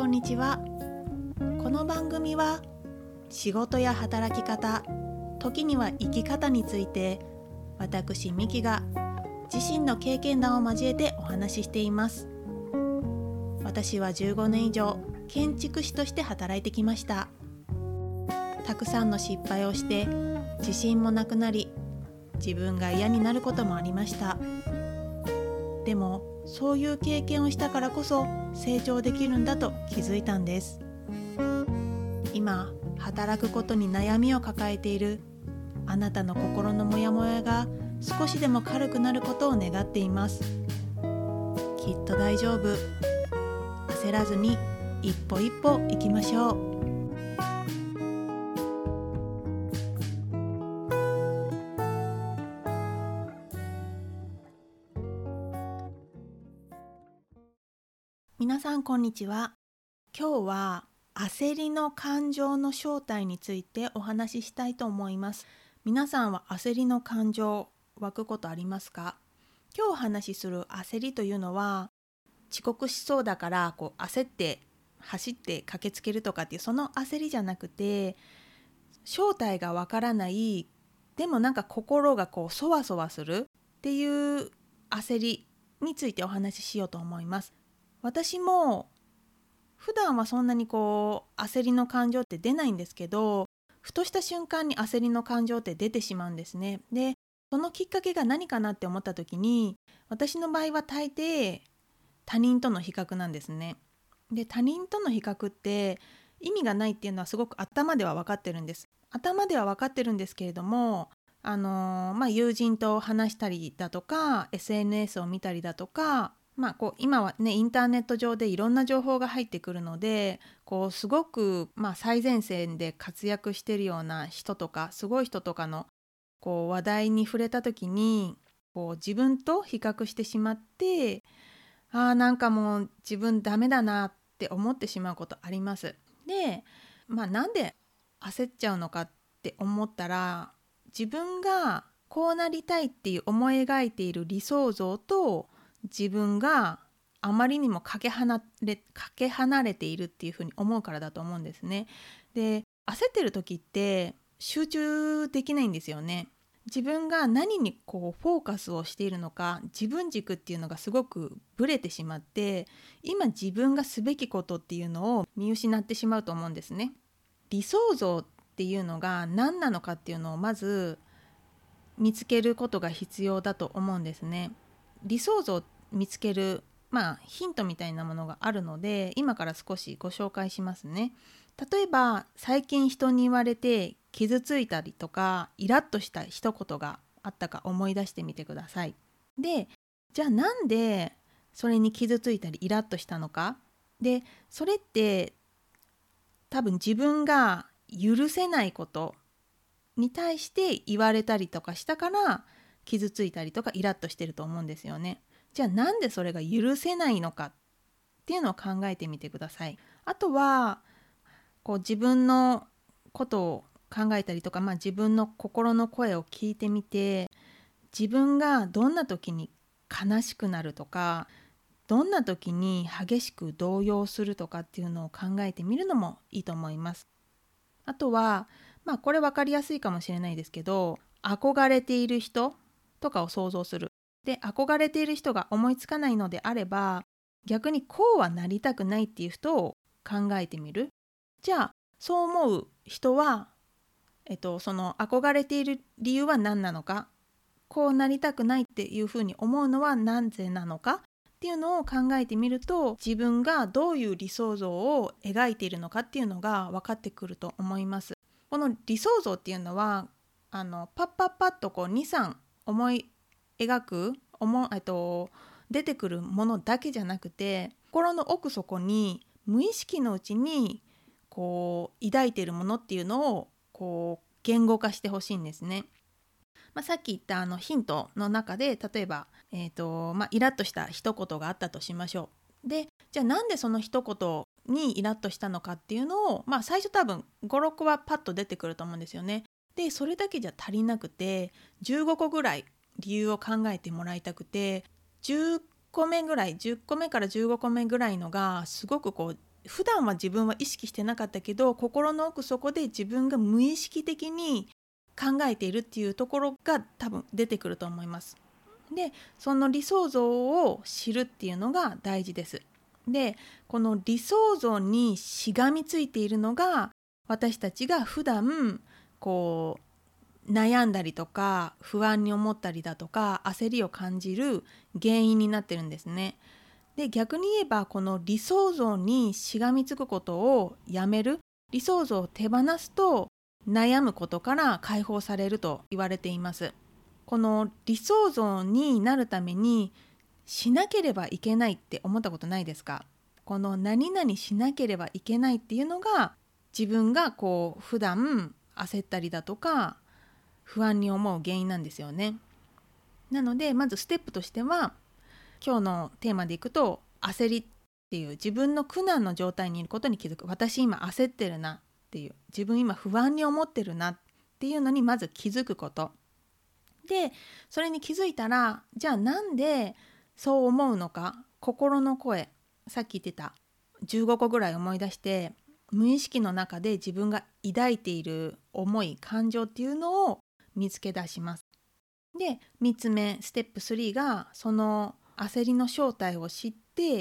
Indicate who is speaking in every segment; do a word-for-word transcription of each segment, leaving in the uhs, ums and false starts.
Speaker 1: んにちは。この番組は仕事や働き方、時には生き方について私ミキが自身の経験談を交えてお話ししています。私はじゅうごねん以上建築士として働いてきました。たくさんの失敗をして自信もなくなり、自分が嫌になることもありました。でもそういう経験をしたからこそ成長できるんだと気づいたんです。今働くことに悩みを抱えているあなたの心のモヤモヤが少しでも軽くなることを願っています。きっと大丈夫。焦らずに一歩一歩行きましょう。皆さんこんにちは。今日は焦りの感情の正体についてお話ししたいと思います。皆さんは焦りの感情湧くことありますか？今日お話しする焦りというのは、遅刻しそうだからこう焦って走って駆けつけるとかっていうその焦りじゃなくて、正体がわからない、でもなんか心がこうそわそわするっていう焦りについてお話ししようと思います。私も普段はそんなにこう焦りの感情って出ないんですけど、ふとした瞬間に焦りの感情って出てしまうんですね。で、そのきっかけが何かなって思った時に、私の場合は大抵他人との比較なんですね。で、他人との比較って意味がないっていうのはすごく頭では分かってるんです。頭では分かってるんですけれども、あのーまあ、友人と話したりだとか エスエヌエス を見たりだとか、まあ、こう今はねインターネット上でいろんな情報が入ってくるので、こうすごくまあ最前線で活躍しているような人とかすごい人とかのこう話題に触れた時に、こう自分と比較してしまって、あーなんかもう自分ダメだなって思ってしまうことあります。で、まあ、なんで焦っちゃうのかって思ったら、自分がこうなりたいっていう思い描いている理想像と自分があまりにもかけ離れ、かけ離れているっていうふうに思うからだと思うんですね。で、焦ってる時って集中できないんですよね。自分が何にこうフォーカスをしているのか、自分軸っていうのがすごくブレてしまって、今自分がすべきことっていうのを見失ってしまうと思うんですね。理想像っていうのが何なのかっていうのをまず見つけることが必要だと思うんですね。理想像を見つける、まあ、ヒントみたいなものがあるので、今から少しご紹介しますね。例えば最近人に言われて傷ついたりとかイラッとした一言があったか思い出してみてください。で、じゃあなんでそれに傷ついたりイラッとしたのか。で、それって多分自分が許せないことに対して言われたりとかしたから傷ついたりとかイラッとしてると思うんですよね。じゃあなんでそれが許せないのかっていうのを考えてみてください。あとはこう自分のことを考えたりとか、まあ、自分の心の声を聞いてみて、自分がどんな時に悲しくなるとか、どんな時に激しく動揺するとかっていうのを考えてみるのもいいと思います。あとは、まあこれ分かりやすいかもしれないですけど、憧れている人とかを想像する。で、憧れている人が思いつかないのであれば、逆にこうはなりたくないっていう人を考えてみる。じゃあそう思う人は、えっと、その憧れている理由は何なのか、こうなりたくないっていうふうに思うのはなぜなのかっていうのを考えてみると、自分がどういう理想像を描いているのかっていうのが分かってくると思います。この理想像っていうのはあのパッパッパッとこうに、さん思い描く思、えっと、出てくるものだけじゃなくて、心の奥底に無意識のうちにこう抱いているものっていうのをこう言語化してほしいんですね。まあ、さっき言ったあのヒントの中で、例えば、えーとまあ、イラッとした一言があったとしましょう。で、じゃあなんでその一言にイラッとしたのかっていうのを、まあ、最初多分ご、ろっこはパッと出てくると思うんですよね。で、それだけじゃ足りなくて、じゅうごこぐらい理由を考えてもらいたくて、じゅっこめぐらい、じゅっこめからじゅうごこめぐらいのがすごくこう普段は自分は意識してなかったけど、心の奥底で自分が無意識的に考えているっていうところが多分出てくると思います。で、その理想像を知るっていうのが大事です。で、この理想像にしがみついているのが、私たちが普段こう悩んだりとか不安に思ったりだとか焦りを感じる原因になってるんですね。で、逆に言えばこの理想像にしがみつくことをやめる、理想像を手放すと悩むことから解放されると言われています。この理想像になるためにしなければいけないって思ったことないですか？この何々しなければいけないっていうのが自分がこう普段焦ったりだとか不安に思う原因なんですよね。なのでまずステップとしては、今日のテーマでいくと、焦りっていう自分の苦難の状態にいることに気づく。私今焦ってるなっていう、自分今不安に思ってるなっていうのにまず気づくことで、それに気づいたら、じゃあなんでそう思うのか、心の声、さっき言ってたじゅうごこぐらい思い出して、無意識の中で自分が抱いている思い、感情っていうのを見つけ出します。で、みっつめ、ステップスリーが、その焦りの正体を知って、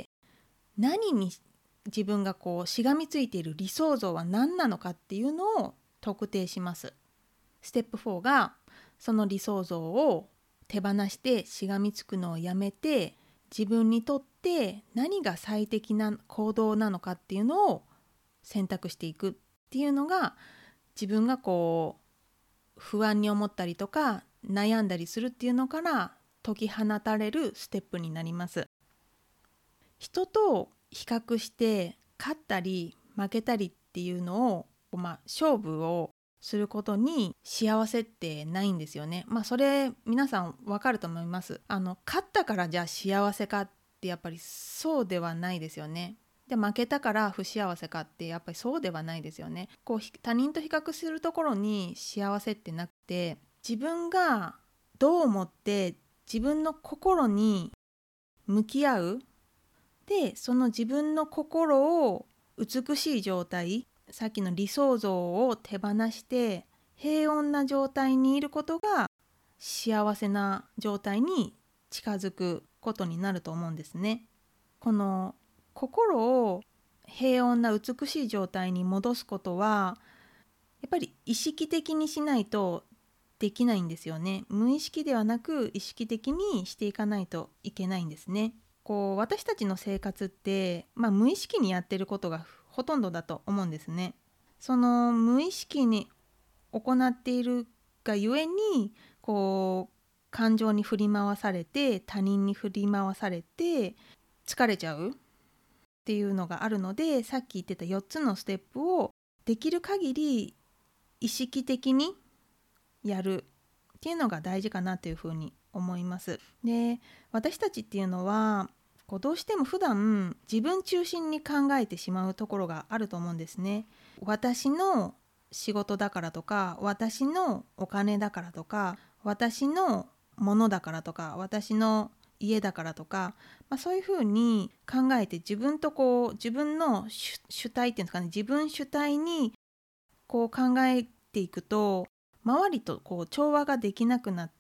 Speaker 1: 何に自分がこうしがみついている理想像は何なのかっていうのを特定します。ステップフォーが、その理想像を手放してしがみつくのをやめて、自分にとって何が最適な行動なのかっていうのを選択していくっていうのが、自分がこう不安に思ったりとか悩んだりするっていうのから解き放たれるステップになります。人と比較して勝ったり負けたりっていうのを、まあ、勝負をすることに幸せってないんですよね。まあそれ皆さんわかると思います。あの勝ったからじゃあ幸せかってやっぱりそうではないですよね。で、負けたから不幸せかってやっぱりそうではないですよね。こう他人と比較するところに幸せってなくて、自分がどう思って自分の心に向き合う。で、その自分の心を美しい状態、さっきの理想像を手放して平穏な状態にいることが幸せな状態に近づくことになると思うんですね。この心を平穏な美しい状態に戻すことはやっぱり意識的にしないとできないんですよね。無意識ではなく意識的にしていかないといけないんですね。こう私たちの生活って、まあ、無意識にやってることがほとんどだと思うんですね。その無意識に行っているがゆえにこう感情に振り回されて他人に振り回されて疲れちゃうっていうのがあるので、さっき言ってたよっつのステップをできる限り意識的にやるっていうのが大事かなというふうに思います。で、私たちっていうのはこうどうしても普段自分中心に考えてしまうところがあると思うんですね。私の仕事だからとか、私のお金だからとか、私のものだからとか、私の家だからとか、まあ、そういうふうに考えて自分とこう自分の主、主体っていうんですかね、自分主体にこう考えていくと周りとこう調和ができなくなって、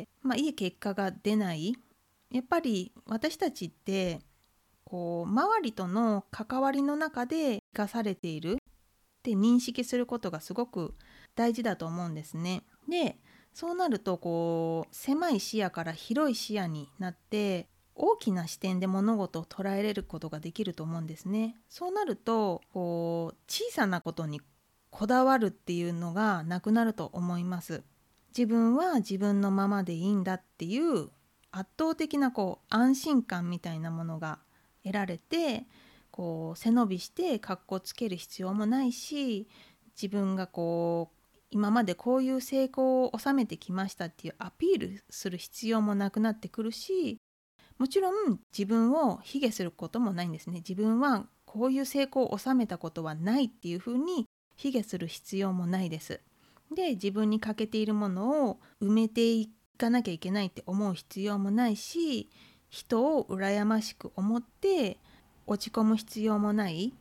Speaker 1: まあ、いい結果が出ない。やっぱり私たちってこう周りとの関わりの中で生かされているって認識することがすごく大事だと思うんですね。で、そうなるとこう狭い視野から広い視野になって大きな視点で物事を捉えれることができると思うんですね。そうなるとこう小さなことにこだわるっていうのがなくなると思います。自分は自分のままでいいんだっていう圧倒的なこう安心感みたいなものが得られて、こう背伸びしてかっこつける必要もないし、自分がこう今までこういう成功を収めてきましたっていうアピールする必要もなくなってくるし、もちろん自分を卑下することもないんですね。自分はこういう成功を収めたことはないっていうふうに卑下する必要もないです。で、自分に欠けているものを埋めていかなきゃいけないって思う必要もないし、人を羨ましく思って落ち込む必要もない。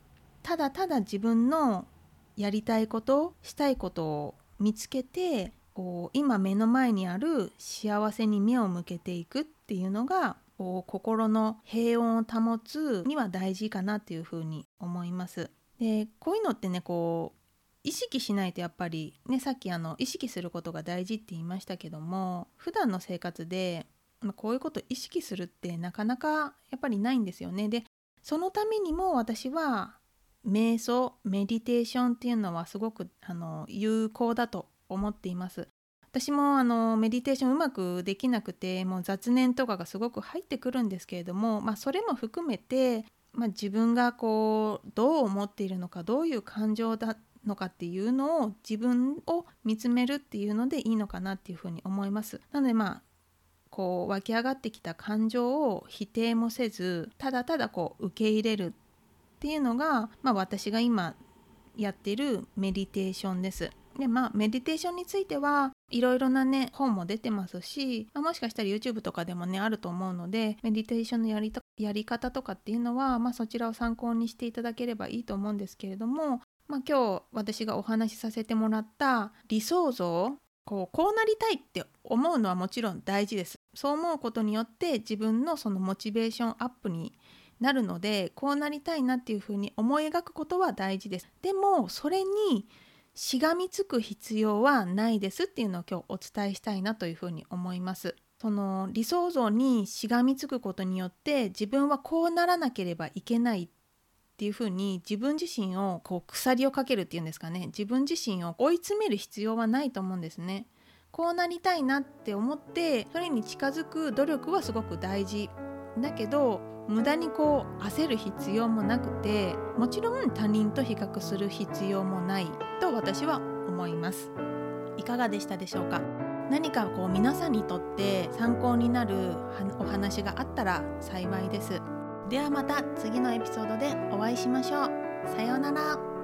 Speaker 1: ただただ自分のやりたいこと、したいことを見つけて、こう今目の前にある幸せに目を向けていくっていうのが、こう心の平穏を保つには大事かなっていうふうに思います。で、こういうのってね、こう意識しないとやっぱりね、さっきあの意識することが大事って言いましたけども、普段の生活で、まあ、こういうことを意識するってなかなかやっぱりないんですよね。で、そのためにも私は瞑想、メディテーションっていうのはすごくあの有効だと思っています。私もあのメディテーションうまくできなくて、もう雑念とかがすごく入ってくるんですけれども、まあ、それも含めて、まあ、自分がこうどう思っているのか、どういう感情だのかっていうのを自分を見つめるっていうのでいいのかなっていうふうに思います。なのでまあこう湧き上がってきた感情を否定もせず、ただただこう受け入れるっていうのが、まあ、私が今やっているメディテーションです。で、まあメディテーションについてはいろいろなね本も出てますし、まあ、もしかしたら YouTube とかでもねあると思うので、メディテーションのやりとやり方とかっていうのは、まあ、そちらを参考にしていただければいいと思うんですけれども、まあ、今日私がお話しさせてもらった理想像、こう、こうなりたいって思うのはもちろん大事です。そう思うことによって自分のそのモチベーションアップになるので、こうなりたいなっていうふうに思い描くことは大事です。でもそれにしがみつく必要はないですっていうのを今日お伝えしたいなというふうに思います。その理想像にしがみつくことによって自分はこうならなければいけないっていうふうに自分自身をこう鎖をかけるっていうんですかね、自分自身を追い詰める必要はないと思うんですね。こうなりたいなって思ってそれに近づく努力はすごく大事だけど、無駄にこう焦る必要もなくて、もちろん他人と比較する必要もないと私は思います。いかがでしたでしょうか。何かこう皆さんにとって参考になるお話があったら幸いです。ではまた次のエピソードでお会いしましょう。さようなら。